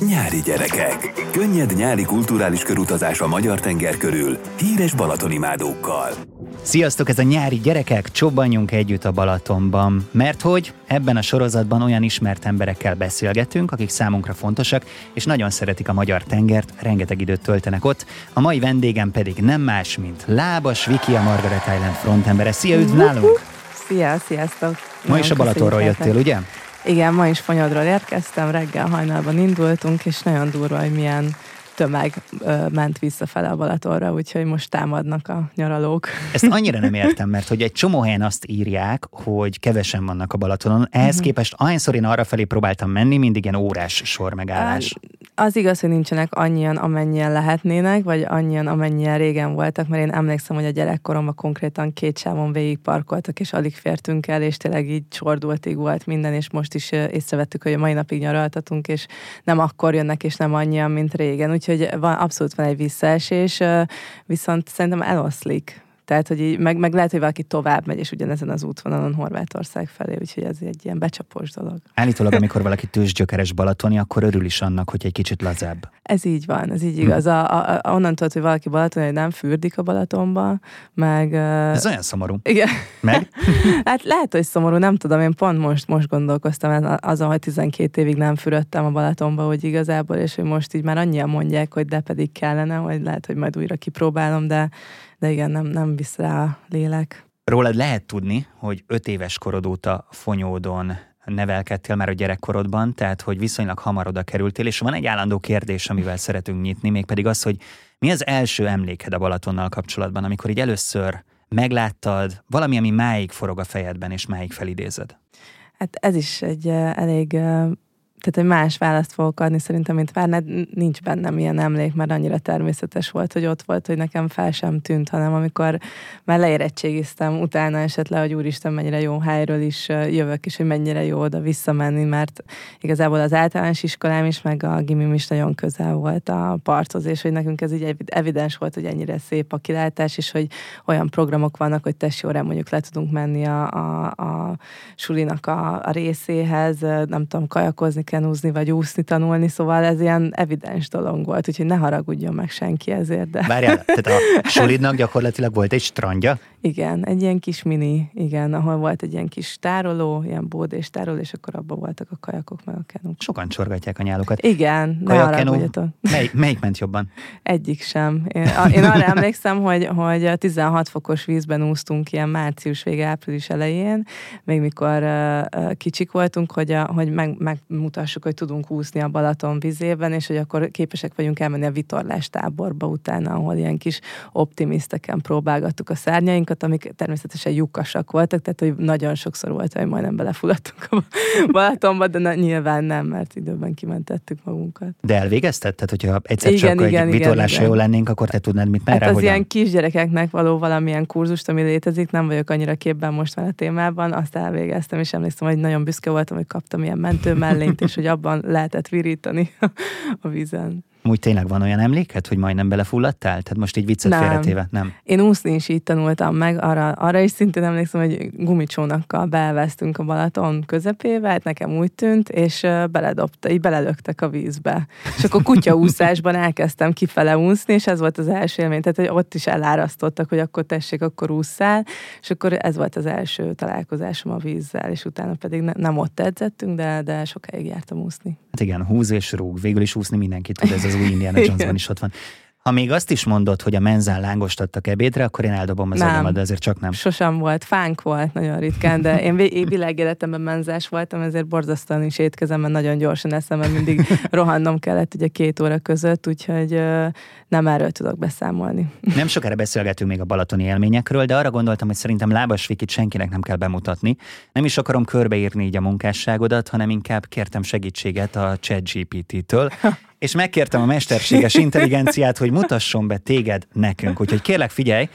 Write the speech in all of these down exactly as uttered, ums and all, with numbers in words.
Nyári gyerekek. Könnyed nyári kulturális körutazás a magyar tenger körül, híres balatonimádókkal. Sziasztok, ez a Nyári gyerekek, csobbanjunk együtt a Balatonban. Mert hogy ebben a sorozatban olyan ismert emberekkel beszélgetünk, akik számunkra fontosak, és nagyon szeretik a magyar tengert, rengeteg időt töltenek ott. A mai vendégem pedig nem más, mint Lábas Viki, a Margaret Island frontembere. Szia, üdv nálunk! Szia, sziasztok! Ma is a Balatonról jöttél, ugye? Igen, ma is Fonyodról érkeztem, reggel hajnalban indultunk, és nagyon durva, hogy milyen tömeg ö, ment visszafele a Balatonra, úgyhogy most támadnak a nyaralók. Ezt annyira nem értem, mert hogy egy csomó helyen azt írják, hogy kevesen vannak a Balatonon. Ehhez uh-huh. képest ahányszor én arrafelé próbáltam menni, mindig ilyen órás sormegállás. Az igaz, hogy nincsenek annyian, amennyien lehetnének, vagy annyian, amennyien régen voltak, mert én emlékszem, hogy a gyerekkoromban konkrétan két sávon végig parkoltak, és alig fértünk el, és tényleg így csordultig volt minden, és most is észrevettük, hogy a mai napig nyaraltatunk, és nem akkor jönnek, és nem annyian, mint régen. Úgyhogy van, abszolút van egy visszaesés, viszont szerintem eloszlik. Tehát, hogy így, meg, meg lehet, hogy valaki tovább megy, és ugyanezen az útvonalon Horvátország felé, úgyhogy ez egy ilyen becsapós dolog. Állítólag, amikor valaki tőzsgyökeres balatoni, akkor örül is annak, hogy egy kicsit lazább. Ez így van, ez így igaz. A, a, a, onnan tudod, hogy valaki balatoni, hogy nem fürdik a Balatonba, meg... Ez olyan szomorú. Igen. Meg? Hát lehet, hogy szomorú, nem tudom, én pont most, most gondolkoztam azon, hogy tizenkét évig nem fürödtem a Balatonba, hogy igazából, és hogy most így már annyian mondják, hogy de pedig kellene, hogy lehet, hogy majd újra kipróbálom, de de igen, nem, nem visz rá a lélek. Rólad lehet tudni, hogy öt éves korod óta Fonyódon nevelkedtél már a gyerekkorodban, tehát hogy viszonylag hamar oda kerültél, és van egy állandó kérdés, amivel szeretünk nyitni, mégpedig az, hogy mi az első emléked a Balatonnal kapcsolatban, amikor így először megláttad valami, ami máig forog a fejedben, és máig felidézed? Hát ez is egy uh, elég... Uh, Tehát, hogy más választ fogok adni szerintem, mint várnád, nincs bennem ilyen emlék, mert annyira természetes volt, hogy ott volt, hogy nekem fel sem tűnt, hanem amikor már leérettségiztem, utána esett le, hogy úristen, mennyire jó helyről is jövök, és hogy mennyire jó oda visszamenni, mert igazából az általános iskolám is, meg a gimim is nagyon közel volt a parthoz, és hogy nekünk ez így evidens volt, hogy ennyire szép a kilátás, és hogy olyan programok vannak, hogy testi órán mondjuk le tudunk menni a, a, a sulinak a, a részéhez, nem tudom, kajakozni, kenúzni, vagy úszni, tanulni, szóval ez ilyen evidens dolog volt, úgyhogy ne haragudjon meg senki ezért, de... Várjál, tehát a sulidnak gyakorlatilag volt egy strandja? Igen, egy ilyen kis mini, igen, ahol volt egy ilyen kis tároló, ilyen bódés tároló, és akkor abban voltak a kajakok, meg a kenuk. Sokan csorgatják a nyálukat. Igen, ne haragudjatok. Mely, melyik ment jobban? Egyik sem. Én, a, én arra emlékszem, hogy, hogy tizenhat fokos vízben úsztunk ilyen március vége, április elején, még mikor uh, kicsik voltunk, hogy, a, hogy meg, megmutassuk, hogy tudunk úszni a Balaton vizében, és hogy akkor képesek vagyunk elmenni a vitorlás táborba utána, ahol ilyen kis optimiszteken próbálgattuk a szárnyainkat, amik természetesen lyukasak voltak, tehát hogy nagyon sokszor volt, hogy majdnem belefulladtunk a Balatonba, de na, nyilván nem, mert időben kimentettük magunkat. De elvégezted? Tehát, hogyha egyszer igen, csak igen, egy vitorlásra jó lennénk, akkor te tudnád, mit merre, hát az hogyan? ilyen kisgyerekeknek való valamilyen kurzust, ami létezik, nem vagyok annyira képben most már a témában, azt elvégeztem, és emlékszem, hogy nagyon büszke voltam, hogy kaptam ilyen mentő mellényt, és hogy abban lehetett virítani a vízen. Úgy tényleg van olyan emléked, hogy majdnem belefulladtál? Tehát most így viccet félretéve, nem? Én úszni is így tanultam meg, arra, arra is szintén emlékszem, hogy gumicsónakkal beelveztünk a Balaton közepébe, hát nekem úgy tűnt, és beledobta, így belelöktek a vízbe. És akkor kutyaúszásban elkezdtem kifele úszni, és ez volt az első élmény, tehát hogy ott is elárasztottak, hogy akkor tessék, akkor ússzál, és akkor ez volt az első találkozásom a vízzel, és utána pedig ne, nem ott edzettünk, de, de sokáig jártam úszni. Hát igen, húz és rúg, végül is úszni mindenki tud, ez az új Indiana Jonesban is ott van. Ha még azt is mondod, hogy a menzán lángostattak ebédre, akkor én eldobom az agyamat, de azért csak nem. Sosem volt, fánk volt nagyon ritkán, de én, én világéletemben menzás voltam, ezért borzasztóan is étkezem, mert nagyon gyorsan eszem, mert mindig rohannom kellett ugye két óra között, úgyhogy nem erről tudok beszámolni. Nem sokára beszélgetünk még a balatoni élményekről, de arra gondoltam, hogy szerintem Lábas Vikit senkinek nem kell bemutatni. Nem is akarom körbeírni így a munkásságodat, hanem inkább kértem segítséget a ChatGPT-től, és megkértem a mesterséges intelligenciát, hogy mutasson be téged nekünk. Úgyhogy kérlek, figyelj,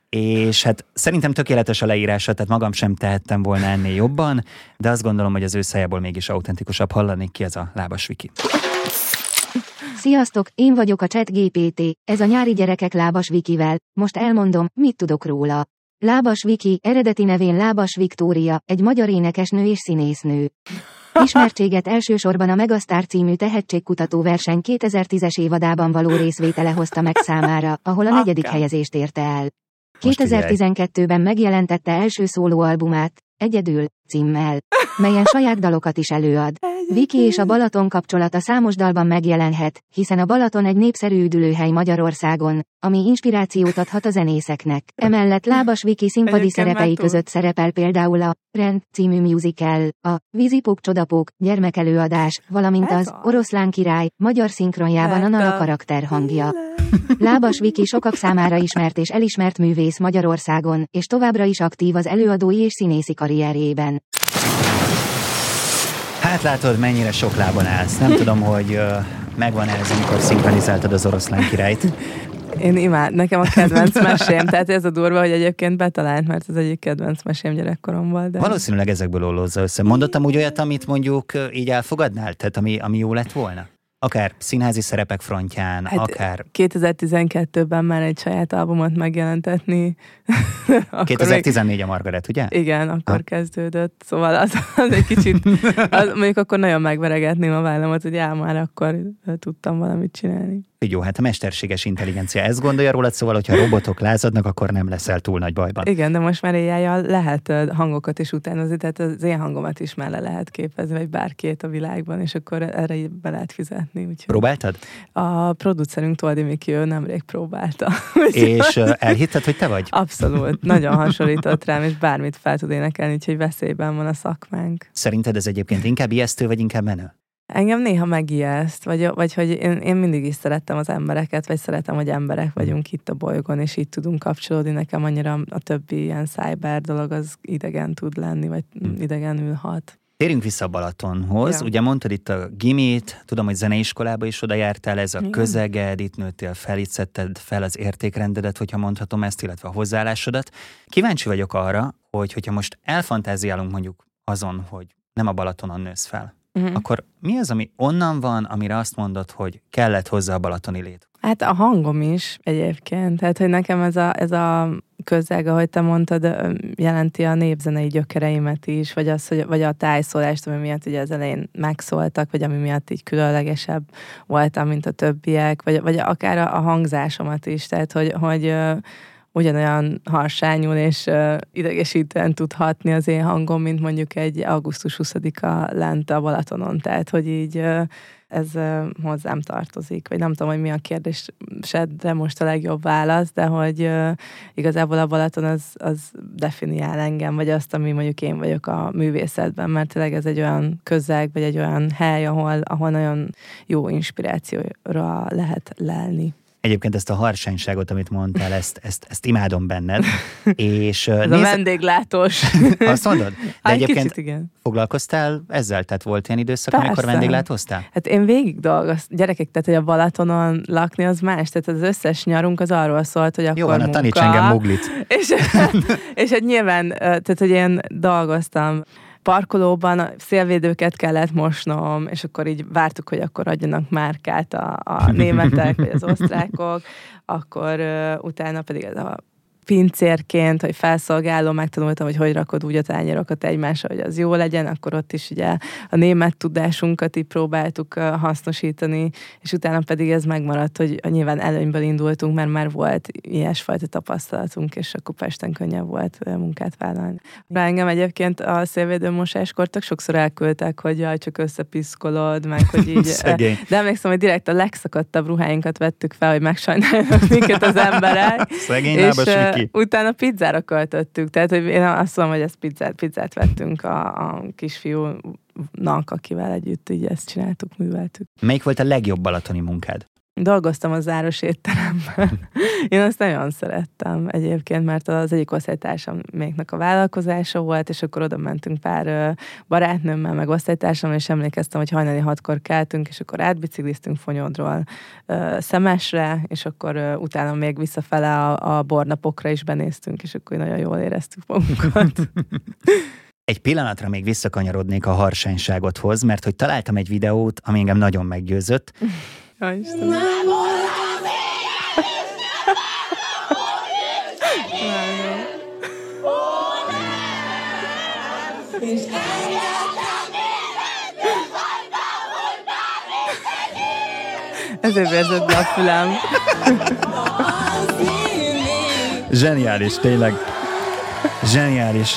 és hát szerintem tökéletes a leírása, tehát magam sem tehettem volna ennél jobban, de azt gondolom, hogy az ő szájából mégis autentikusabb hallani, ki ez a Lábas Viki. Sziasztok, én vagyok a ChatGPT, ez a Nyári gyerekek Lábas Vikivel. Most elmondom, mit tudok róla. Lábas Viki, eredeti nevén Lábas Viktória, egy magyar énekesnő és színésznő. Ismertséget elsősorban a Megasztár című tehetségkutató verseny kétezer-tízes évadában való részvétele hozta meg számára, ahol a negyedik helyezést érte el. kétezer-tizenkettőben megjelentette első szólóalbumát, Egyedül címmel, melyen saját dalokat is előad. Viki és a Balaton kapcsolata számos dalban megjelenhet, hiszen a Balaton egy népszerű üdülőhely Magyarországon, ami inspirációt adhat a zenészeknek. Emellett Lábas Viki színpadi szerepei között szerepel például a Rend című musical, a Vízipók Csodapók gyermekelőadás, valamint az Oroszlán király magyar szinkronjában a Nala karakter hangja. Lábas Viki sokak számára ismert és elismert művész Magyarországon, és továbbra is aktív az előadói és színészi karrierjében. Hát látod, mennyire sok lábon állsz. Nem tudom, hogy uh, megvan-e ez, amikor szinkronizáltad az Oroszlán királyt. Én imád, nekem a kedvenc mesém, tehát ez a durva, hogy egyébként betalált, mert az egyik kedvenc mesém gyerekkoromban. De... Valószínűleg ezekből ollózza össze. Mondottam úgy olyat, amit mondjuk így elfogadnál? Tehát ami, ami jó lett volna? Akár színházi szerepek frontján, hát akár... kétezer-tizenkettőben már egy saját albumot megjelentetni. kétezer-tizennégy még... a Margaret, ugye? Igen, akkor ha. kezdődött. Szóval az, az egy kicsit... Az, mondjuk akkor nagyon megveregetném a vállamat, hogy á, már akkor tudtam valamit csinálni. Jó, hát a mesterséges intelligencia ezt gondolja rólad, szóval, hogyha robotok lázadnak, akkor nem leszel túl nagy bajban. Igen, de most már éjjel lehet hangokat is utánozni, tehát az én hangomat is már le lehet képezni, vagy bárkét a világban, és akkor erre be lehet fizetni. Úgyhogy... Próbáltad? A producerünk Toldi Miki, ő nemrég próbálta. És elhitted, hogy te vagy? Abszolút, nagyon hasonlított rám, és bármit fel tud énekelni, úgyhogy veszélyben van a szakmánk. Szerinted ez egyébként inkább ijesztő, vagy inkább menő? Engem néha megijeszt, vagy, vagy hogy én, én mindig is szerettem az embereket, vagy szeretem, hogy emberek vagyunk itt a bolygón, és így tudunk kapcsolódni. Nekem annyira a többi ilyen cyber dolog az idegen tud lenni, vagy idegenül hat. Térjünk vissza a Balatonhoz. Ja. Ugye mondtad itt a gimit, tudom, hogy zeneiskolába is oda jártál, ez a igen. közeged, itt nőttél fel, itt szedted fel az értékrendedet, hogyha mondhatom ezt, illetve a hozzáállásodat. Kíváncsi vagyok arra, hogy hogyha most elfantáziálunk mondjuk azon, hogy nem a Balatonon nősz fel, uh-huh. akkor mi az, ami onnan van, amire azt mondod, hogy kellett hozzá a balatoni lét? Hát a hangom is egyébként. Tehát, hogy nekem ez a, ez a közeg, ahogy te mondtad, jelenti a népzenei gyökereimet is, vagy, az, hogy, vagy a tájszólást, ami miatt ugye az elején megszóltak, vagy ami miatt így különlegesebb voltam, mint a többiek, vagy, vagy akár a, a hangzásomat is. Tehát, hogy, hogy ugyanolyan harsányul és uh, idegesítően tud hatni az én hangom, mint mondjuk egy augusztus huszadika lent a Balatonon. Tehát, hogy így uh, ez uh, hozzám tartozik. Vagy nem tudom, hogy mi a kérdésedre most a legjobb válasz, de hogy uh, igazából a Balaton az, az definiál engem, vagy azt, ami mondjuk én vagyok a művészetben, mert tényleg ez egy olyan közeg, vagy egy olyan hely, ahol, ahol nagyon jó inspirációra lehet lelni. Egyébként ezt a harsányságot, amit mondtál, ezt, ezt, ezt imádom benned. És, ez nézd... a vendéglátós. Azt mondod? De hát egyébként kicsit, igen. Foglalkoztál ezzel? Tehát volt ilyen időszak, persze. amikor vendéglátóztál? Hát én végig dolgoztam. Gyerekek, tehát hogy a Balatonon lakni az más. Tehát az összes nyarunk az arról szólt, hogy akkor jó, munka. Jó, taníts engem muglit. És, és hát nyilván, tehát hogy én dolgoztam parkolóban, szélvédőket kellett mosnom, és akkor így vártuk, hogy akkor adjanak márkát a, a németek, vagy az osztrákok, akkor uh, utána pedig ez a pincérként, hogy felszolgáló, megtanultam, hogy hogy rakod úgy a tányérokat egymásra, hogy az jó legyen, akkor ott is ugye a német tudásunkat így próbáltuk uh, hasznosítani, és utána pedig ez megmaradt, hogy nyilván előnyből indultunk, mert már volt ilyesfajta tapasztalatunk, és akkor Pesten könnyebb volt uh, munkát vállalni. Rá engem egyébként a szélvédőmosáskor tök sokszor elküldtek, hogy jaj, csak összepiszkolod, meg hogy így... Szegény. De emlékszem, hogy direkt a legszakadtabb ruháinkat vettük fel, hogy megsajnáljanak minket az emberek. Szegény lábas Viki. Utána pizzára költöttük, tehát hogy én azt mondom, hogy ezt pizzát, pizzát vettünk a, a kisfiúnak, akivel együtt így ezt csináltuk, műveltük. Melyik volt a legjobb balatoni munkád? Dolgoztam a záros étteremben. Én azt nagyon szerettem egyébként, mert az egyik osztálytársamméknak a vállalkozása volt, és akkor oda mentünk pár barátnőmmel, meg osztálytársammal, és emlékeztem, hogy hajnali hatkor keltünk, és akkor átbicikliztünk Fonyódról Szemesre, és akkor utána még visszafele a, a bornapokra is benéztünk, és akkor nagyon jól éreztük magunkat. Egy pillanatra még visszakanyarodnék a harsányságodhoz, mert hogy találtam egy videót, ami engem nagyon meggyőzött. Ja, Istenem. Ezért vérzett be a fülem. Zseniális, tényleg. Zseniális.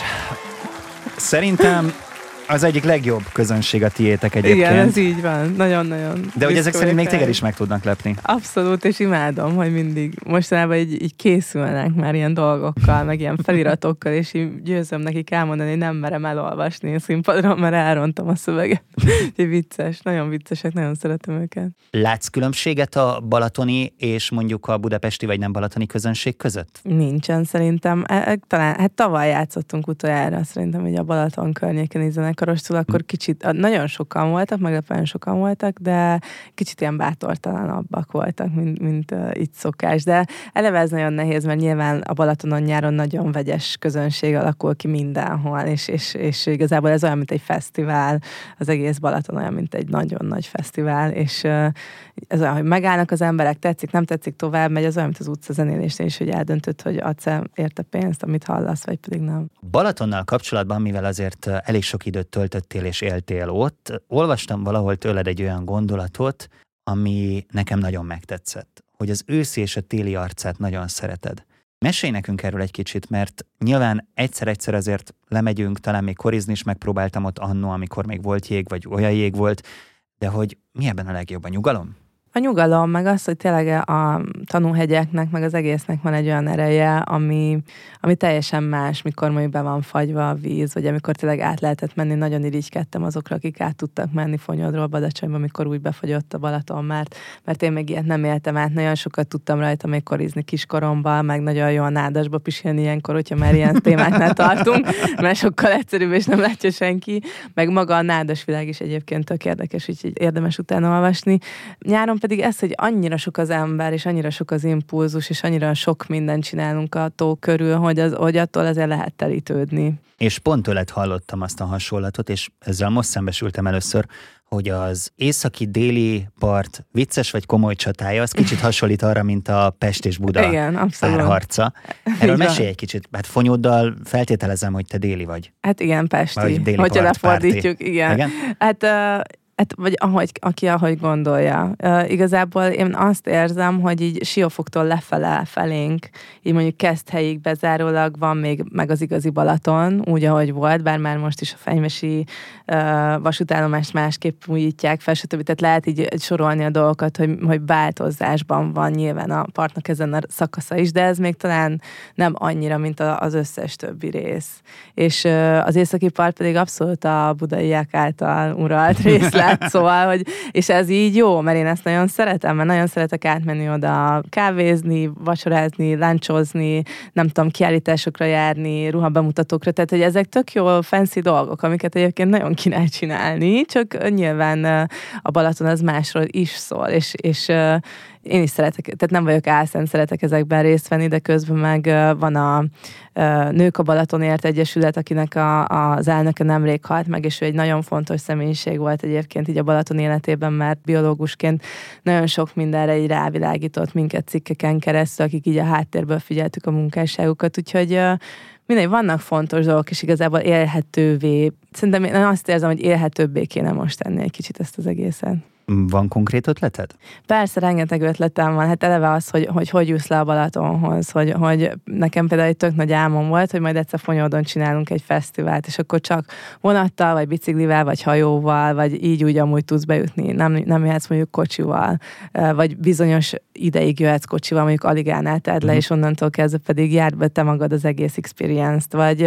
Szerintem az egyik legjobb közönség a tiétek egyébként. Igen, ez így van. Nagyon-nagyon. De hogy ezek szerint még téged is meg tudnak lepni. Abszolút, és imádom, hogy mindig mostanában így, így készülnek már ilyen dolgokkal, meg ilyen feliratokkal, és így győzöm nekik elmondani, hogy nem merem elolvasni a színpadról, mert elrontom a szöveget. Úgyhogy vicces, nagyon viccesek, nagyon szeretem őket. Látsz különbséget a balatoni és mondjuk a budapesti vagy nem balatoni közönség között? Nincsen szerintem. E, talán, hát tavaly játszottunk utoljára, szerintem, hogy a Balaton környéken is zenekarostul, akkor kicsit, nagyon sokan voltak, meglepően sokan voltak, de kicsit ilyen bátortalanabbak voltak, mint, mint uh, itt szokás. De eleve ez nagyon nehéz, mert nyilván a Balatonon nyáron nagyon vegyes közönség alakul ki mindenhol, és, és, és igazából ez olyan, mint egy fesztivál, az egész Balaton olyan, mint egy nagyon nagy fesztivál, és uh, ez olyan, hogy megállnak az emberek, tetszik, nem tetszik, tovább megy, az olyan, mint az utcazenélésnél is, hogy eldöntöd, hogy adsz-e érte pénzt, amit hallasz, vagy pedig nem. Balatonnal kapcsolatban, mivel azért elég sok időt töltöttél és éltél ott, olvastam valahol tőled egy olyan gondolatot, ami nekem nagyon megtetszett, hogy az őszi és a téli arcát nagyon szereted. Mesélj nekünk erről egy kicsit, mert nyilván egyszer-egyszer azért lemegyünk, talán még korizni is megpróbáltam ott annó, amikor még volt jég, vagy olyan jég volt, de hogy mi ebben a legjobb, a nyugalom? A nyugalom, meg az, hogy tényleg a tanúhegyeknek, meg az egésznek van egy olyan ereje, ami, ami teljesen más, mikor mondjuk be van fagyva a víz, vagy amikor tényleg át lehetett menni. Nagyon irigykedtem azokra, akik át tudtak menni Fonyodról Badacsonyba, amikor úgy befagyott a Balaton, mert, mert én még ilyet nem éltem át. Nagyon sokat tudtam rajta még korizni kiskoromban, meg nagyon jó a nádasba pisilni ilyenkor, hogyha már ilyen témáknál tartunk, mert sokkal egyszerűbb, és nem látja senki. Meg maga a nádas világ is egyébként tök érdekes, úgyhogy érdemes utána olvasni. Nyáron pedig ez, hogy annyira sok az ember, és annyira sok az impulzus, és annyira sok mindent csinálunk a tó körül, hogy, az, hogy attól azért lehet telítődni. És pont tőled hallottam azt a hasonlatot, és ezzel most szembesültem először, hogy az északi-déli part vicces vagy komoly csatája, az kicsit hasonlít arra, mint a Pest és Buda Igen, párharca. Erről mesélj egy kicsit. Hát Fonyóddal feltételezem, hogy te déli vagy. Hát igen, pesti. Hogyha lefordítjuk, igen. igen. Hát... Uh, Hát, vagy ahogy, aki ahogy gondolja. Uh, igazából én azt érzem, hogy így Siófoktól lefele felénk, így mondjuk Keszthelyig bezárólag van még meg az igazi Balaton, úgy, ahogy volt, bár már most is a fenyvesi uh, vasútállomást másképp újítják fel, stb. Tehát lehet így sorolni a dolgokat, hogy, hogy változásban van nyilván a partnak ezen a szakasza is, de ez még talán nem annyira, mint a, az összes többi rész. És uh, az északi part pedig abszolút a budaiak által uralt rész lett, szóval, hogy, és ez így jó, mert én ezt nagyon szeretem, mert nagyon szeretek átmenni oda kávézni, vacsorázni, luncsozni, nem tudom, kiállításokra járni, ruhabemutatókra, tehát, hogy ezek tök jó fancy dolgok, amiket egyébként nagyon kéne csinálni, csak nyilván a Balaton az másról is szól, és, és én is szeretek, tehát nem vagyok álszent, szeretek ezekben részt venni, de közben meg van a Nők a Balatonért Egyesület, akinek a, az elnöke nemrég halt meg, és ő egy nagyon fontos személyiség volt egyébként így a Balaton életében, mert biológusként nagyon sok mindenre így rávilágított minket cikkeken keresztül, akik így a háttérből figyeltük a munkásságukat, úgyhogy mindegy, vannak fontos dolgok, és igazából élhetővé, szerintem én azt érzem, hogy élhetőbbé kéne most tenni egy kicsit ezt az egészet. Van konkrét ötleted? Persze, rengeteg ötletem van. Hát eleve az, hogy hogy, hogy jussz le a Balatonhoz, hogy, hogy nekem például egy tök nagy álmom volt, hogy majd egyszer Fonyódon csinálunk egy fesztivált, és akkor csak vonattal, vagy biciklivel, vagy hajóval, vagy így úgy amúgy tudsz bejutni. Nem, nem jöhetsz mondjuk kocsival, vagy bizonyos ideig jöhetsz kocsival, mondjuk alig állnál tedd le, mm. és onnantól kezdve pedig járd be te magad az egész experience-t, vagy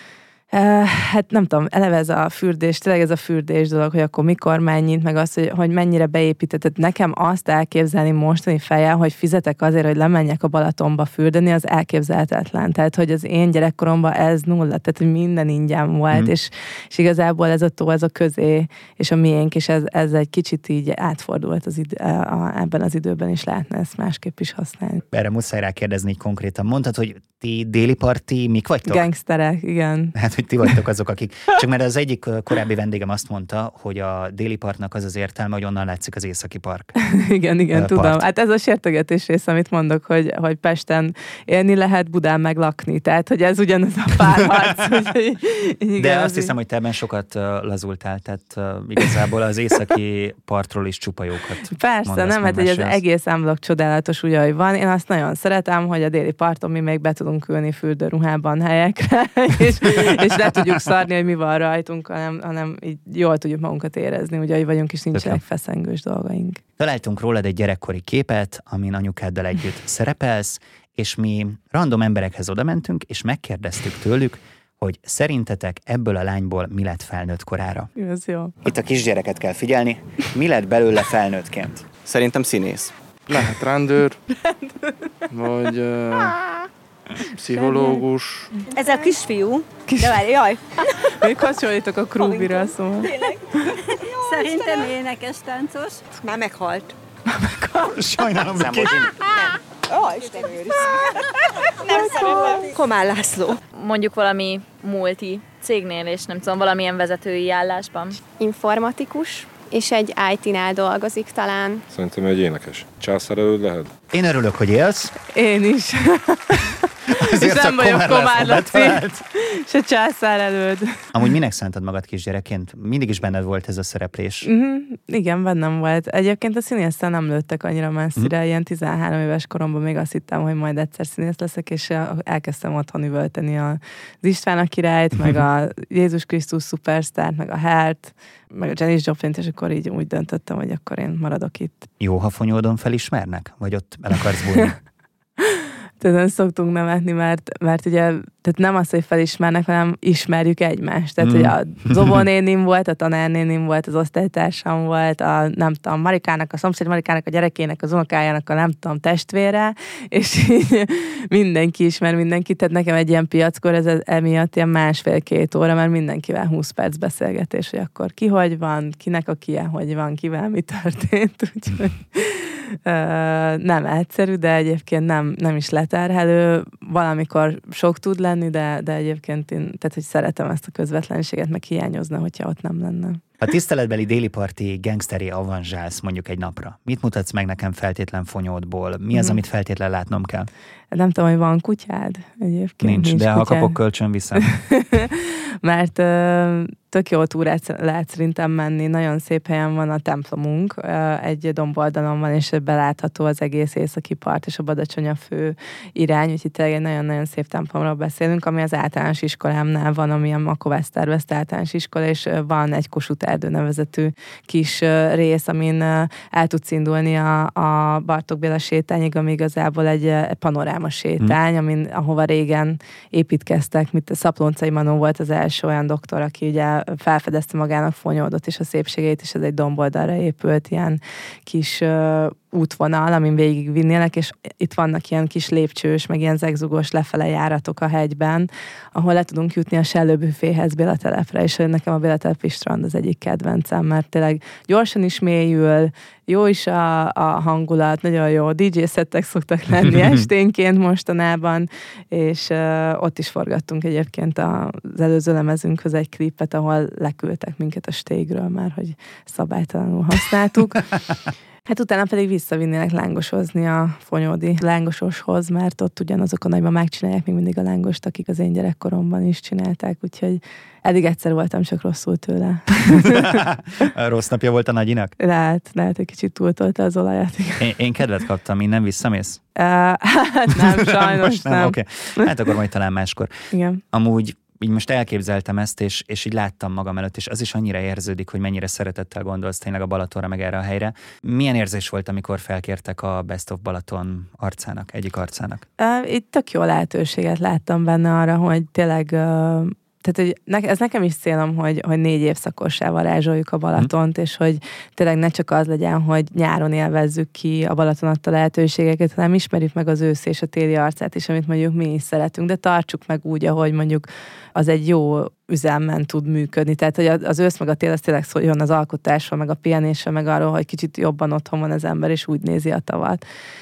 Uh, hát nem tudom, eleve ez a fürdés, tényleg ez a fürdés dolog, hogy akkor mikor mennyit, meg az, hogy, hogy mennyire beépítetted. Nekem azt elképzelni mostani fejjel, hogy fizetek azért, hogy lemenjek a Balatonba fürdeni, az elképzelhetetlen. Tehát, hogy az én gyerekkoromban ez nulla, tehát, hogy minden ingyen volt, mm. és, és igazából ez a tó, ez a közé, és a miénk, és ez, ez egy kicsit így átfordult az idő, a, ebben az időben is lehetne ezt másképp is használni. Erre muszáj rákérdezni konkrétan. Mondtad, hogy ti déli parti mik vagytok? Gangsterek, igen. Hát, hogy ti vagytok azok, akik... Csak mert az egyik korábbi vendégem azt mondta, hogy a déli partnak az az értelme, hogy onnan látszik az északi park. igen, igen, part. Tudom. Hát ez a sértegetés rész, amit mondok, hogy, hogy Pesten élni lehet, Budán meg lakni. Tehát, hogy ez ugyanaz a párharc. hogy, igen, de azt így... hiszem, hogy te ebben sokat uh, lazultál, tehát uh, igazából az északi partról is csupa jókat. Persze, nem, hát az egész ámblok csodálatos, úgy, ahogy van. Én azt nagyon szeretem, hogy a déli parton mi még be tudunk ülni fürdőruhában helyekre, és, és le tudjuk szarni, hogy mi van rajtunk, hanem, hanem így jól tudjuk magunkat érezni, ugye, hogy vagyunk, és nincsenek feszengős dolgaink. Találtunk rólad egy gyerekkori képet, amin anyukáddal együtt szerepelsz, és mi random emberekhez odamentünk, és megkérdeztük tőlük, hogy szerintetek ebből a lányból mi lett felnőtt korára? Ez jó. Itt a kisgyereket kell figyelni. Mi lett belőle felnőttként? Szerintem színész. Lehet rendőr, vagy uh, pszichológus. Ez a kisfiú. Kis... De várj, jaj. Még hasonlítok a Krúbira, szóval. Tényleg. Szerintem énekes, táncos. Már meghalt. Már meghalt. Sajnálom, hogy később. Ó, Isten őriz. Nem szeretem. Komár László. Mondjuk valami multi cégnél, és nem tudom, valamilyen vezetői állásban. Informatikus, és egy í té-nál dolgozik talán. Szerintem egy énekes. Császárelőd lehet? Én örülök, hogy élsz. Én is. És nem vagyok Komár Laci, se császár előd. Amúgy minek szántad magad kisgyerekként? Mindig is benned volt ez a szereplés. Uh-huh. Igen, bennem volt. Egyébként a színésztel nem lőttek annyira messzire. Uh-huh. Ilyen tizenhárom éves koromban még azt hittem, hogy majd egyszer színész leszek, és elkezdtem otthon üvölteni az István a királyt, meg a Jézus Krisztus szupersztárt, meg a Hert, meg a Janis Joplint, és akkor így úgy döntöttem, hogy akkor én maradok itt. Jó, ha Fonyódon felismernek? Vagy ott el akarsz bújni? Tehát szoktunk nevetni, mert, mert ugye tehát nem az, hogy felismernek, hanem ismerjük egymást. Tehát, mm. hogy a Zobónénim volt, a tanárnénim volt, az osztálytársam volt, a nem tudom, Marikának, a szomszéd Marikának, a gyerekének, az unokájának, a nem tudom, testvére, és így mindenki ismer mindenkit. Tehát nekem egy ilyen piackor ez emiatt ilyen másfél-két óra, mert mindenkivel húsz perc beszélgetés, hogy akkor ki hogy van, kinek a kie, hogy van, kivel mi történt. Úgyhogy nem egyszerű, de egyébként nem, nem is leterhelő. Valamikor sok tud lenni, de, de egyébként én, tehát, hogy szeretem ezt a közvetlenséget, meg hiányozna, hogyha ott nem lenne. A tiszteletbeli déli parti gangsteré avanzsálsz mondjuk egy napra. Mit mutatsz meg nekem feltétlen Fonyódból? Mi az, mm. amit feltétlen látnom kell? Nem tudom, hogy van kutyád egyébként. Nincs, nincs de kutyád. Ha kapok kölcsön, viszem. Mert uh, tök jó túrát lehet szerintem menni. Nagyon szép helyen van a templomunk. Uh, egy domboldalon van, és belátható az egész északi part, és a Badacsonya fő irány. Úgyhogy tényleg egy nagyon-nagyon szép templomról beszélünk, ami az általános iskolámnál van, ami a Makoveszterveszt általános iskola, és uh, van egy Kossuth erdő nevezetű kis uh, rész, amin uh, el tudsz indulni a, a Bartók Béla sétányig, ami igazából egy uh, panoráma sétány, hmm. amin, ahova régen építkeztek, mint a Szaplóncai Manó volt az első olyan doktor, aki ugye felfedezte magának Fonyódot és a szépségét, és ez egy domboldalra épült ilyen kis uh, útvonal, amin végig vinnélek, és itt vannak ilyen kis lépcsős, meg ilyen zegzugos lefele járatok a hegyben, ahol le tudunk jutni a Sellőbüféhez, Bélatelepre, és nekem a Bélatelepi strand az egyik kedvencem, mert tényleg gyorsan is mélyül, jó is a, a hangulat, nagyon jó dé dzsé szettek szoktak lenni esténként mostanában, és uh, ott is forgattunk egyébként az előző lemezünkhöz egy klipet, ahol leküldtek minket a stégről már, hogy szabálytalanul használtuk. Hát utána pedig visszavinnének lángosozni a fonyódi lángososhoz, mert ott ugyanazok a nagymamák csinálják még mindig a lángost, akik az én gyerekkoromban is csinálták, úgyhogy eddig egyszer voltam csak rosszul tőle. Rossz napja volt a nagyinak? Lehet, lehet, egy kicsit túltolta az olajat. Én, én kedvet kaptam, innen visszamész? Uh, hát nem, sajnos nem. nem. Okay. Hát akkor majd talán máskor. Igen. Amúgy így most elképzeltem ezt, és, és így láttam magam előtt, és az is annyira érződik, hogy mennyire szeretettel gondolsz tényleg a Balatonra, meg erre a helyre. Milyen érzés volt, amikor felkértek a Best of Balaton arcának, egyik arcának? Uh, itt tök jó lehetőséget láttam benne arra, hogy tényleg... Uh, Tehát, hogy ne, ez nekem is célom, hogy, hogy négy évszakossá varázsoljuk a Balatont, hmm. és hogy tényleg ne csak az legyen, hogy nyáron élvezzük ki a Balaton adta lehetőségeket, hanem ismerjük meg az ősz és a téli arcát is, amit mondjuk mi is szeretünk, de tartsuk meg úgy, ahogy mondjuk az egy jó üzemben tud működni. Tehát, hogy az ősz meg a tél, az tényleg szóljon az alkotásról, meg a pihenésről, meg arról, hogy kicsit jobban otthon van az ember, és úgy nézi a tavat.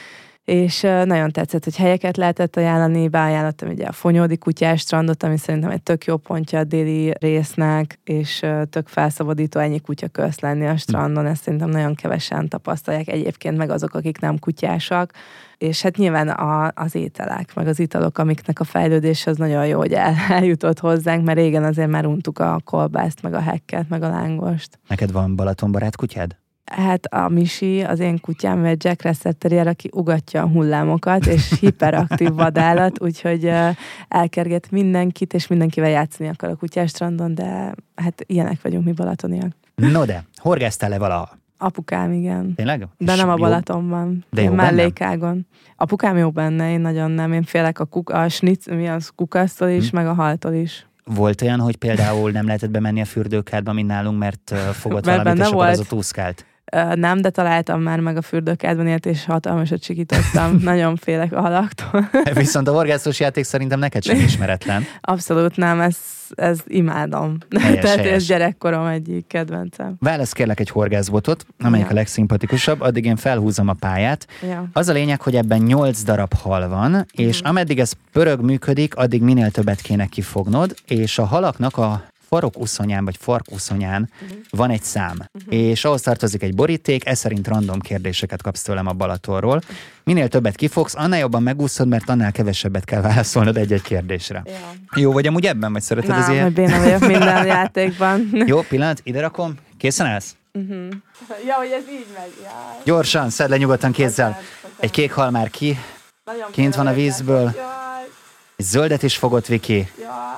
és nagyon tetszett, hogy helyeket lehetett ajánlani, beajánlottam ugye a Fonyódi kutyás strandot, ami szerintem egy tök jó pontja a déli résznek, és tök felszabadító ennyi kutya közt lenni a strandon, ezt szerintem nagyon kevesen tapasztalják egyébként, meg azok, akik nem kutyásak, és hát nyilván a, az ételek, meg az italok, amiknek a fejlődés az nagyon jó, hogy el, eljutott hozzánk, mert régen azért már untuk a kolbászt, meg a hekket, meg a lángost. Neked van Balatonbarát kutyád? Hát a Misi, az én kutyám, egy Jack Russell Terrier, aki ugatja a hullámokat, és hiperaktív vadállat, úgyhogy uh, elkerget mindenkit, és mindenkivel játszani akar a kutyástrandon, de hát ilyenek vagyunk mi balatoniak. No de, horgásztál-e valaha? Apukám, igen. Tényleg? De és nem a jó? Balatonban. De jó mellékágon. Apukám jó benne, én nagyon nem. Én félek a, kuk- a snitz, mi az kukasztól is, hm. meg a haltól is. Volt olyan, hogy például nem lehetett bemenni a fürdőkádba, mint nálunk, mert uh, fogott mert valamit, és akkor az a túszkált? Uh, nem, de találtam már meg a fürdőkádban ilyet, és hatalmasat sikítottam. Nagyon félek a halaktól. Viszont a horgászós játék szerintem neked sem ismeretlen. Abszolút nem, ez, ez imádom. Helyes, Tehát helyes. ez gyerekkorom egyik kedvencem. Válasz kérlek egy horgászbotot, amelyik ja. a legszimpatikusabb, addig én felhúzom a pályát. Ja. Az a lényeg, hogy ebben nyolc darab hal van, és mm. ameddig ez pörög működik, addig minél többet kéne kifognod, és a halaknak a farokuszonyán, vagy farkuszonyán uh-huh. van egy szám, uh-huh. és ahhoz tartozik egy boríték, ez szerint random kérdéseket kapsz tőlem a Balatonról. Minél többet kifogsz, annál jobban megúszod, mert annál kevesebbet kell válaszolnod egy-egy kérdésre. Ja. Jó vagy amúgy ebben, vagy szereted nem, az ilyen? Nem, béna vagyok minden játékban. Jó, pillanat, ide rakom. Készen állsz? Uh-huh. Ja, hogy ez így megy. Jaj. Gyorsan, szedd le nyugodtan kézzel. Egy kék hal már ki. Nagyon kint van a vízből. Jaj. Egy zöldet is fogott, Viki. Jaj.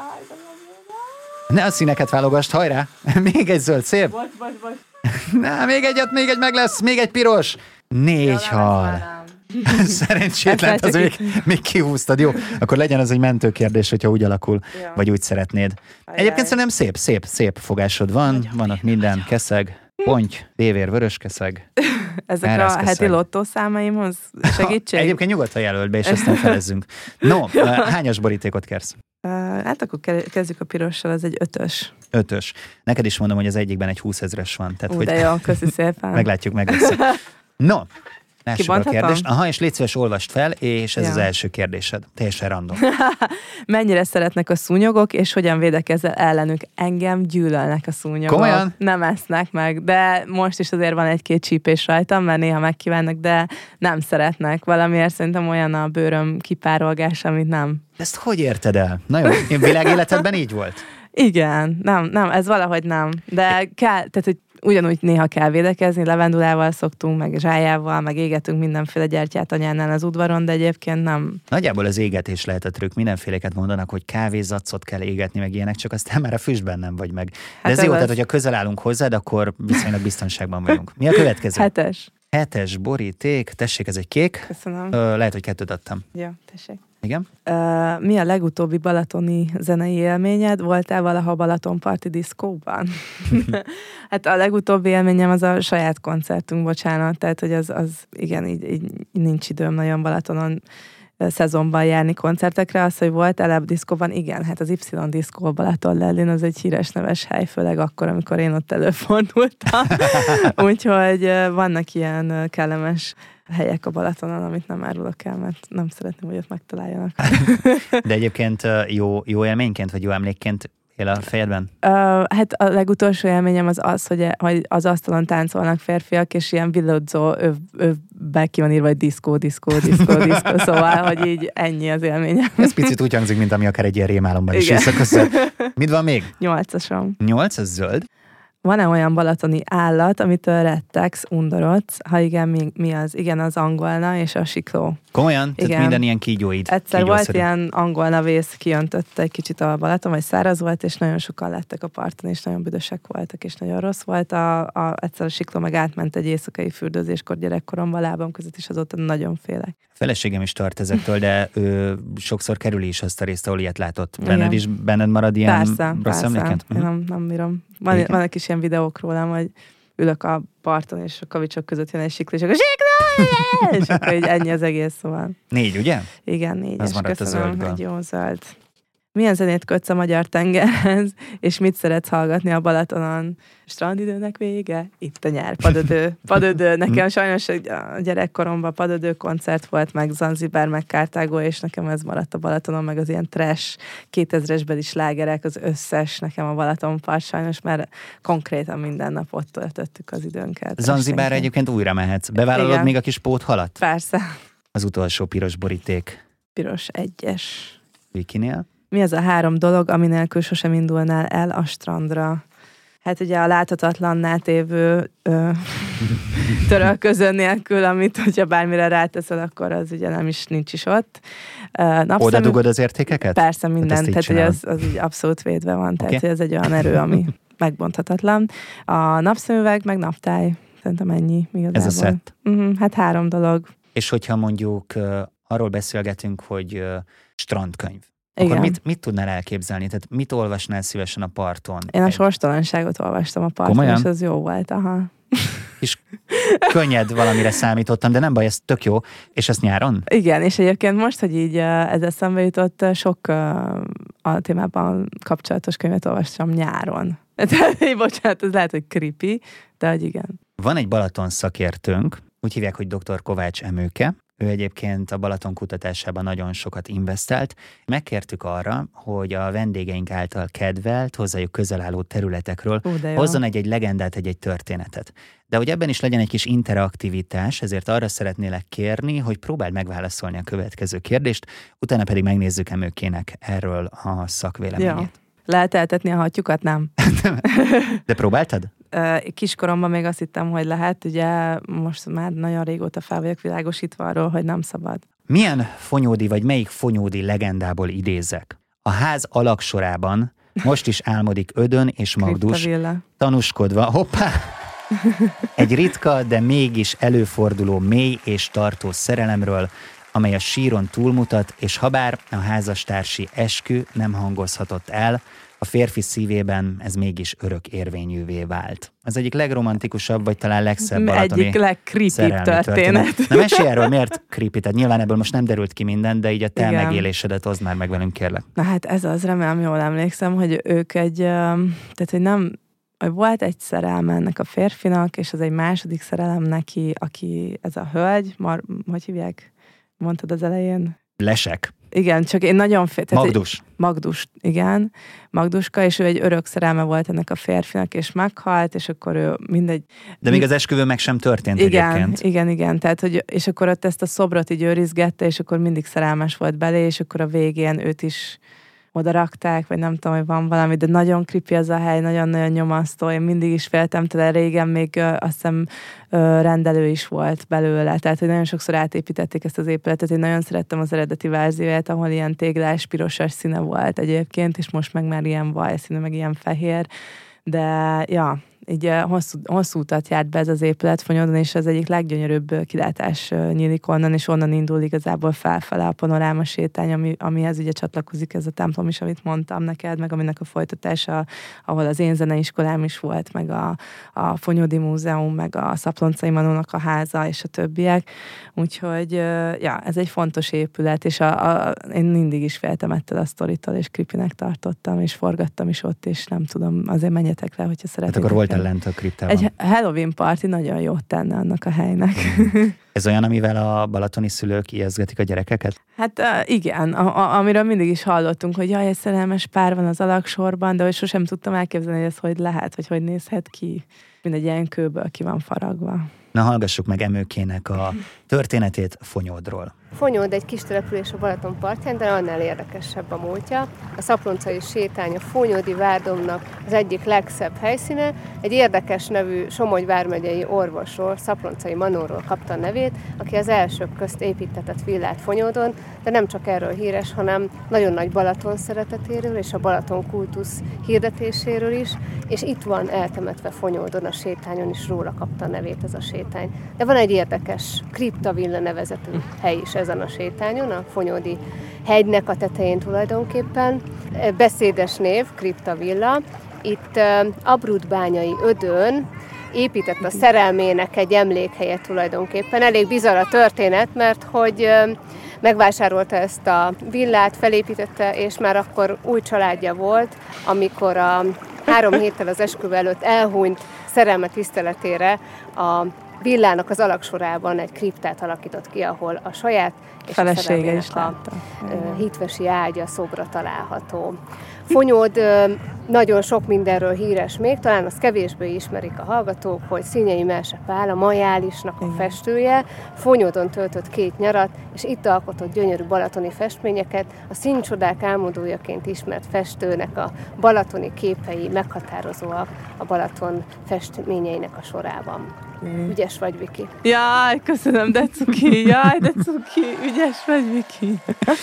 Ne a színeket válogasd, hajrá! Még egy zöld, szép! Bocs, bocs, bocs. Na, még egyet, még egy meg lesz, még egy piros! Négy ja, hal. Szerencsétlen, az még, még kihúztad, jó? Akkor legyen az egy mentőkérdés, hogyha úgy alakul, ja. vagy úgy szeretnéd. Ajaj. Egyébként szerintem szép, szép, szép fogásod van, nagyon van ott minden, nagyon. Keszeg, ponty, dévér, vörös keszeg. Ezek a keszeg. Heti lottószámaimhoz segítség? Egyébként nyugodtan jelölt be, és aztán felezzünk. No, hányas borítékot kérsz? Uh, hát akkor kezdjük a pirossal, ez egy ötös. Ötös. Neked is mondom, hogy az egyikben egy húszezres van. Tehát, Ú, hogy de jó, köszi szépen. Meglátjuk, meg lesz. No, lássuk a kérdést. Aha, és légy szíves, olvast fel, és ez ja. az első kérdésed. Teljesen random. Mennyire szeretnek a szúnyogok, és hogyan védekezel ellenük? Engem gyűlölnek a szúnyogok. Komolyan? Nem esznek meg, de most is azért van egy-két csípés rajtam, mert néha megkívánnak, de nem szeretnek. Valamiért szerintem olyan a bőröm kipárolgása, amit nem. Ezt hogy érted el? Na jó, én világéletedben így volt? Igen, nem, nem, ez valahogy nem. De kell, tehát, hogy ugyanúgy néha kell védekezni, levendulával szoktunk, meg zsájával, meg égetünk mindenféle gyertyát anyánál az udvaron, de egyébként nem. Nagyjából az égetés lehet a trükk. Mindenféléket mondanak, hogy kávézacot kell égetni, meg ilyenek, csak aztán már a füstben nem vagy meg. De hát ez, ez jó, az... tehát hogyha közel állunk hozzád, akkor viszonylag biztonságban vagyunk. Mi a következő? Hetes. Hetes boríték. Tessék, ez egy kék. Köszönöm. Ö, lehet, hogy kettőt adtam. Ja, tessék. Igen? Uh, mi a legutóbbi balatoni zenei élményed? Voltál valaha Balatonparti diszkóban? Hát a legutóbbi élményem az a saját koncertünk, bocsánat, tehát hogy az, az igen, így, így nincs időm nagyon Balatonon szezonban járni koncertekre. Az, hogy voltál a diszkóban, igen, hát az Y diszkó Balatonlellin az egy híres neves hely, főleg akkor, amikor én ott előfordultam. Úgyhogy vannak ilyen kellemes helyek a Balatonon, amit nem árulok el, mert nem szeretném, hogy ott megtaláljanak. De egyébként jó, jó élményként, vagy jó emlékként él a fejedben? Uh, hát a legutolsó élményem az az, hogy, hogy az asztalon táncolnak férfiak, és ilyen villodzó öv, övbe ki van írva, hogy diszkó, diszkó, diszkó, diszkó, szóval, hogy így ennyi az élményem. Ez picit úgy hangzik, mint ami akár egy ilyen rémálomban is éjszakaszol. Mit van még? Nyolcasom. Nyolc, ez zöld. Van-e olyan balatoni állat, amitől rettegsz, undorodsz? Ha igen, mi, mi az? Igen, az angolna és a sikló. Komolyan? Igen. Tehát minden ilyen kígyóid? Egyszer volt ilyen angolna vész, kiöntött egy kicsit a Balaton, vagy száraz volt, és nagyon sokan lettek a parton, és nagyon büdösek voltak, és nagyon rossz volt. A, a, egyszer a sikló meg átment egy éjszakai fürdőzéskor gyerekkoromban, lábam között, és azóta nagyon félek. Feleségem is tart ezektől, de ő sokszor kerüli is azt a részt, ahol ilyet látott. Benned is, benned marad ilyen persze, rossz emléket? Én nem, nem bírom. Van, van egy kis ilyen videók rólam, hogy ülök a parton, és a kavicsok között jön egy sikló, és akkor sikló! És akkor így ennyi az egész, szóval. Négy, ugye? Igen, négyes. Az maradt a zöldből. Egy jó zöld. Milyen zenét kötsz a magyar tengerhez, és mit szeretsz hallgatni a Balatonon? Strandidőnek vége? Itt a nyár. Padödő. Padödő. Nekem sajnos a gyerekkoromban padödő koncert volt, meg Zanzibár, meg Kartágó, és nekem ez maradt a Balatonon, meg az ilyen trash kétezresbeli slágerek, az összes nekem a Balatonpart sajnos, mert konkrétan minden nap ott töltöttük az időnket. Zanzibárra egyébként újra mehetsz. Bevállalod Igen. még a kis póthalat? Persze. Az utolsó piros boríték. Piros egyes. Vikinél? Mi az a három dolog, ami nélkül sosem indulnál el a strandra? Hát ugye a láthatatlanná tévő ö, törölköző nélkül, amit hogyha bármire ráteszel, akkor az ugye nem is, nincs is ott. Napszemű... Oda dugod az értékeket? Persze minden, hát tehát hogy az, az így abszolút védve van, tehát okay. hogy ez egy olyan erő, ami megbonthatatlan. A napszemüveg, meg naptály, szerintem ennyi igazából. Ez a szett. Uh-huh, hát három dolog. És hogyha mondjuk uh, arról beszélgetünk, hogy uh, strandkönyv, igen. akkor mit, mit tudnál elképzelni? Tehát mit olvasnál szívesen a parton? Én a Egy... sorstalanságot olvastam a parton, Komolyan? és az jó volt, aha. És könnyed valamire számítottam, de nem baj, ez tök jó. És ezt nyáron? Igen, és egyébként most, hogy így ez eszembe jutott, sok a témában kapcsolatos könyvet olvastam nyáron. Tehát, bocsánat, ez lehet, hogy creepy, de hogy igen. Van egy Balaton szakértőnk, úgy hívják, hogy doktor Kovács Emőke. Ő egyébként a Balaton kutatásában nagyon sokat investált. Megkértük arra, hogy a vendégeink által kedvelt, hozzájuk közel álló területekről Ú, hozzon egy-egy legendát, egy-egy történetet. De hogy ebben is legyen egy kis interaktivitás, ezért arra szeretnélek kérni, hogy próbáld megválaszolni a következő kérdést, utána pedig megnézzük Emőkének erről a szakvéleményét. Ja. Lehet eltetni a hattyukat? Nem. De próbáltad? Kiskoromban még azt hittem, hogy lehet, ugye most már nagyon régóta fel vagyok világosítva arról, hogy nem szabad. Milyen fonyódi vagy melyik fonyódi legendából idézek? A ház alaksorában most is álmodik Ödön és Magdus, tanúskodva, hoppá, egy ritka, de mégis előforduló mély és tartó szerelemről, amely a síron túlmutat, és habár a házastársi eskü nem hangozhatott el, a férfi szívében ez mégis örök érvényűvé vált. Az egyik legromantikusabb, vagy talán legszebb balatoni egyik legcreepy történet. történet. Na mesélj erről, miért creepy? Tehát nyilván ebből most nem derült ki minden, de így a te igen. megélésedet hozd már meg velünk, kérlek. Na hát ez az, remélem jól emlékszem, hogy ők egy, tehát hogy nem, hogy volt egy szerelme ennek a férfinak, és az egy második szerelem neki, aki ez a hölgy, mar, hogy hívják? Mondtad az elején? Lesek. Igen, csak én nagyon fél... Magdus. Egy, Magdus, igen. Magduska, és ő egy örök szerelme volt ennek a férfinak, és meghalt, és akkor ő mindegy... De még az esküvő meg sem történt igen, egyébként. Igen, igen, tehát, hogy, és akkor ott ezt a szobrot így őrizgette, és akkor mindig szerelmes volt belé, és akkor a végén őt is oda rakták, vagy nem tudom, hogy van valami, de nagyon creepy az a hely, nagyon-nagyon nyomasztó. Én mindig is féltem tőle, régen még ö, azt hiszem ö, rendelő is volt belőle, tehát hogy nagyon sokszor átépítették ezt az épületet. Én nagyon szerettem az eredeti verzióját, ahol ilyen téglás, pirosas színe volt egyébként, és most meg már ilyen vajszínű, meg ilyen fehér, de ja, így hosszú, hosszú utat járt be ez az épület Fonyódon, és az egyik leggyönyörűbb kilátás nyílik onnan, és onnan indul igazából felfele a panoráma sétány, ami, amihez ugye csatlakozik ez a templom is, amit mondtam neked, meg aminek a folytatása, ahol az én zeneiskolám is volt, meg a, a Fonyódi Múzeum, meg a Szaploncai Manónak a háza, és a többiek. Úgyhogy, ja, ez egy fontos épület, és a, a, én mindig is féltem ettől a sztoritól, és creepynek tartottam, és forgattam is ott, és nem tudom, azért menjetek le, hogyha szeretnétek. Hát akkor voltál lent a kriptában. Egy Halloween party nagyon jót tenne annak a helynek. Mm. Ez olyan, amivel a balatoni szülők ijesztgetik a gyerekeket? Hát uh, igen, a, a, amiről mindig is hallottunk, hogy jaj, egy szerelmes pár van az alaksorban, de hogy sosem tudtam elképzelni, hogy ez hogy lehet, vagy hogy nézhet ki. Mindegy ilyen kőből ki van faragva. Na, hallgassuk meg Emőkének a történetét Fonyódról. Fonyód egy kis település a Balaton partján, de annál érdekesebb a múltja. A Szaploncai sétány a Fonyódi várdomnak az egyik legszebb helyszíne. Egy érdekes nevű Somogy vármegyei orvosról, Szaploncai Manóról kapta a nevét, aki az elsők közt építetett villát Fonyódon, de nem csak erről híres, hanem nagyon nagy Balaton szeretetéről és a Balaton kultusz hirdetéséről is, és itt van eltemetve Fonyódon, a sétányon is róla kapta a nevét ez a sétány. De van egy érdekes kriptavilla nevezetű hely is ezen a sétányon, a Fonyódi hegynek a tetején tulajdonképpen. Beszédes név, kriptavilla. Itt Abrudbányai Ödön épített a szerelmének egy emlékhelyet tulajdonképpen. Elég bizarr a történet, mert hogy megvásárolta ezt a villát, felépítette, és már akkor új családja volt, amikor a három héttel az esküvő előtt elhunyt szerelme tiszteletére a villának az alaksorában egy kriptát alakított ki, ahol a saját és felesége a is a hitvesi ágya, szobra található. Fonyód nagyon sok mindenről híres még, talán azt kevésbé ismerik a hallgatók, hogy Színyei Melse Pál, a majálisnak a festője, Fonyódon töltött két nyarat, és itt alkotott gyönyörű balatoni festményeket. A színcsodák álmodójaként ismert festőnek a balatoni képei meghatározóak a Balaton festményeinek a sorában. Ügyes vagy, Viki. Jaj, köszönöm, de cuki, jaj, de cuki, ügyes vagy, Viki.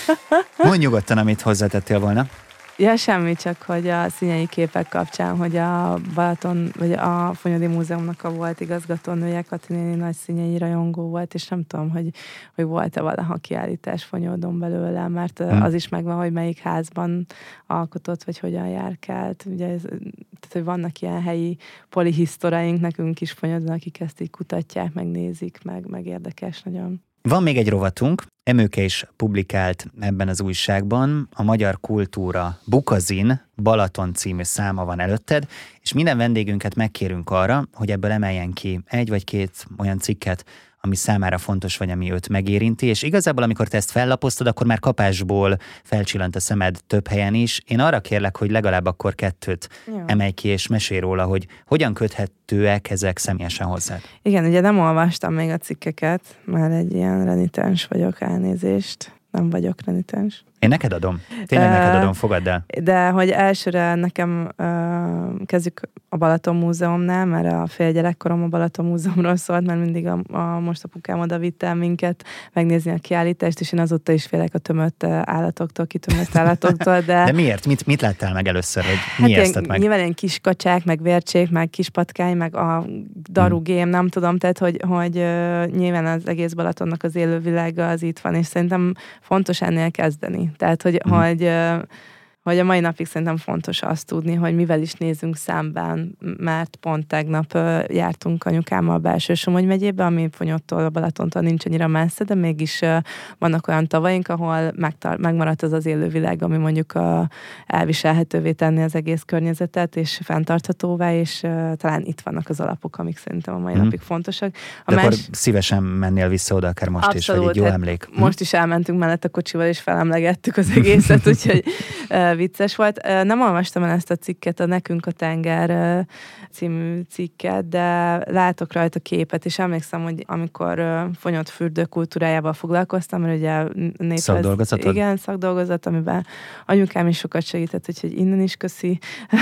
Mondj nyugodtan, amit hozzátettél volna. Ja, semmi, csak hogy a színyei képek kapcsán, hogy a Balaton, vagy a Fonyódi Múzeumnak a volt igazgatónője, Kati néni nagy színyei rajongó volt, és nem tudom, hogy, hogy volt-e valaha kiállítás Fonyódon belőle, mert hmm. az is megvan, hogy melyik házban alkotott, vagy hogyan járkált. Ugye ez, tehát, hogy vannak ilyen helyi polihisztoraink nekünk is Fonyódon, akik ezt így kutatják, megnézik, meg, meg érdekes nagyon. Van még egy rovatunk, Emőke is publikált ebben az újságban, a Magyar Kultúra Bukazin Balaton című száma van előtted, és minden vendégünket megkérünk arra, hogy ebből emeljen ki egy vagy két olyan cikket, ami számára fontos, vagy ami őt megérinti, és igazából amikor te ezt fellapoztad, akkor már kapásból felcsillant a szemed több helyen is. Én arra kérlek, hogy legalább akkor kettőt Jó. emelj ki, és mesélj róla, hogy hogyan köthetőek ezek személyesen hozzád. Igen, ugye nem olvastam még a cikkeket, már egy ilyen renitens vagyok, elnézést. Nem vagyok renitens. Én neked adom. Tényleg uh, neked adom, fogadd el. De hogy elsőre nekem uh, kezdjük a Balaton Múzeumnál, mert a fél gyerekkorom a Balaton Múzeumról szólt, mert mindig a, a most apukám oda vitt el minket megnézni a kiállítást, és én azóta is félek a tömött állatoktól, kitömött állatoktól. De, de miért? Mit, mit láttál meg először, hogy mi hát ijesztett meg? Nyilván ilyen kis kacsák, meg vércsék, meg kis patkány, meg a darugém, hmm. nem tudom, tehát hogy, hogy uh, nyilván az egész Balatonnak az élővilága az itt van, és szerintem fontos ennél kezdeni. Tehát, hogy, hmm. hogy, hogy a mai napig szerintem fontos azt tudni, hogy mivel is nézünk szemben, mert pont tegnap jártunk anyukámmal a Belső-Somogy megyébe, ami Fonyódtól, a Balatontól nincs annyira messze, de mégis vannak olyan tavaink, ahol megtar- megmaradt az az élővilág, ami mondjuk a, elviselhetővé tenni az egész környezetet, és fenntarthatóvá, és talán itt vannak az alapok, amik szerintem a mai hmm. napig fontosak. A de más... akkor szívesen mennél vissza oda, akár most Abszolút, is, vagy egy jó emlék. Most is elmentünk mellett a kocsival, és felemlegettük az egészet, úgyhogy vicces volt. Nem olvastam el ezt a cikket, a Nekünk a tenger című cikket, de látok rajta képet, és emlékszem, hogy amikor Fonyód fürdő kultúrájával foglalkoztam, mert ugye néphez, szakdolgozatod? Igen, szakdolgozat, amiben anyukám is sokat segített, úgyhogy innen is köszi,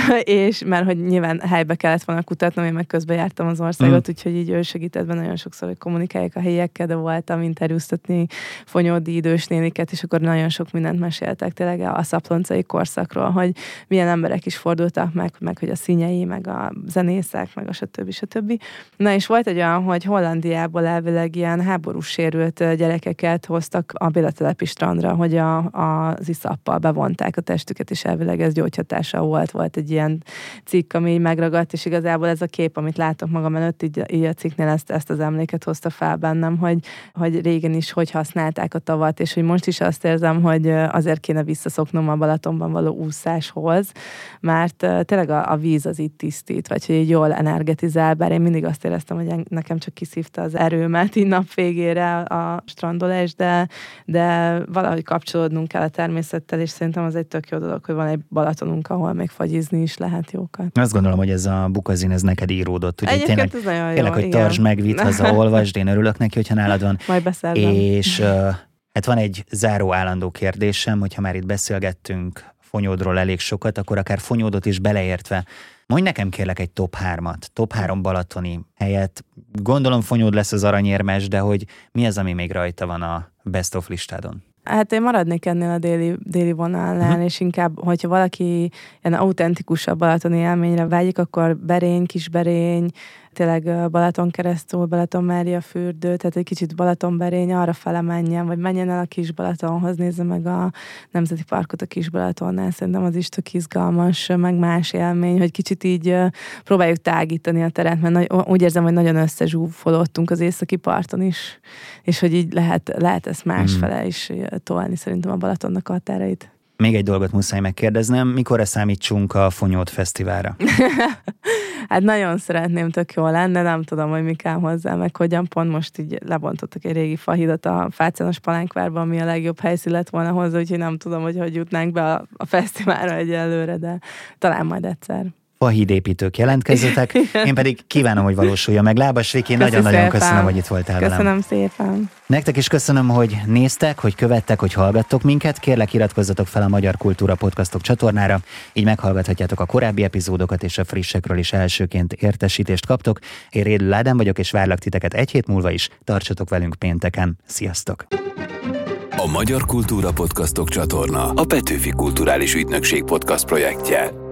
és mert hogy nyilván helybe kellett volna kutatnom, én meg közben jártam az országot, mm. úgyhogy így ő segített benne nagyon sokszor, hogy kommunikáljak a helyiekkel, de voltam interjúztatni fonyódi idős néniket, és akkor nagyon sok mindent meséltek tényleg a szaploncai korszakról, hogy milyen emberek is fordultak meg, meg hogy a színyei, meg a zenészek, meg a stb. stb. Na és volt egy olyan, hogy Hollandiából elvileg ilyen háborús sérült gyerekeket hoztak a Bélatelepi strandra, hogy a, a, az iszappal bevonták a testüket, és elvileg ez gyógyhatása volt. Volt egy ilyen cikk, ami így megragadt, és igazából ez a kép, amit látok magam előtt, így, így a cikknél ezt, ezt az emléket hozta fel bennem, hogy, hogy régen is hogy használták a tavat, és hogy most is azt érzem, hogy azért kéne visszaszoknom a Balatonban való úszáshoz, mert tényleg a, a víz az itt tisztít, vagy hogy így jól energetizál, bár én mindig azt éreztem, hogy nekem csak kiszívta az erőmet így nap végére a strandolás, de, de valahogy kapcsolódnunk kell a természettel, és szerintem az egy tök jó dolog, hogy van egy Balatonunk, ahol még fagyizni is lehet jókat. Azt gondolom, hogy ez a Bukazin, ez neked íródott. Ugye Egyébként tényleg, ez nagyon jó, tényleg, hogy igen. tartsd meg, vidd haza, olvasd, én örülök neki, hogyha nálad van. Majd beszerzem. És uh, hát van egy záró állandó kérdésem, hogyha már itt beszélgettünk Fonyódról elég sokat, akkor akár Fonyódot is beleértve. Mondj nekem kérlek egy top hármat, top három balatoni helyet. Gondolom Fonyód lesz az aranyérmes, de hogy mi az, ami még rajta van a best of listádon? Hát én maradnék ennél a déli, déli vonalnál, uh-huh. és inkább, hogyha valaki ilyen autentikusabb balatoni élményre vágyik, akkor Berény, Kisberény, tényleg Balaton keresztül, Balaton Mária fürdő, tehát egy kicsit Balatonberény, arra fele menjen, vagy menjen el a Kis Balatonhoz, nézze meg a Nemzeti Parkot a Kis Balatonnál, szerintem az is tök izgalmas, meg más élmény, hogy kicsit így próbáljuk tágítani a teret, mert nagy, úgy érzem, hogy nagyon összezsúfolódtunk az északi parton is, és hogy így lehet, lehet ezt másfele hmm. is tolni szerintem a Balatonnak a határait. Még egy dolgot muszáj megkérdeznem, mikorra számítsunk a Fonyód Fesztiválra? Hát nagyon szeretném, tök jó lenne, nem tudom, hogy mi kell hozzá, meg hogyan, pont most így lebontottak egy régi fahidat a Fácános Palánkvárban, ami a legjobb helyszín lett volna hozzá, úgyhogy nem tudom, hogy hogy jutnánk be a, a fesztiválra egyelőre, de talán majd egyszer. Fahídépítők jelentkezzetek, én pedig kívánom, hogy valósulja meg. Lábas Viki, nagyon-nagyon köszönöm, hogy itt voltál velem. Köszönöm szépen. Nektek is köszönöm, hogy néztek, hogy követtek, hogy hallgattok minket. Kérlek, iratkozzatok fel a Magyar Kultúra Podcastok csatornára, így meghallgathatjátok a korábbi epizódokat, és a frissekről is elsőként értesítést kaptok. Én Rédl Ádám vagyok, és várlak titeket egy hét múlva is. Tartsatok velünk pénteken. Sziasztok! A Magyar Kultúra Podcastok csatorna a Petőfi Kulturális Ügynökség podcast projektje.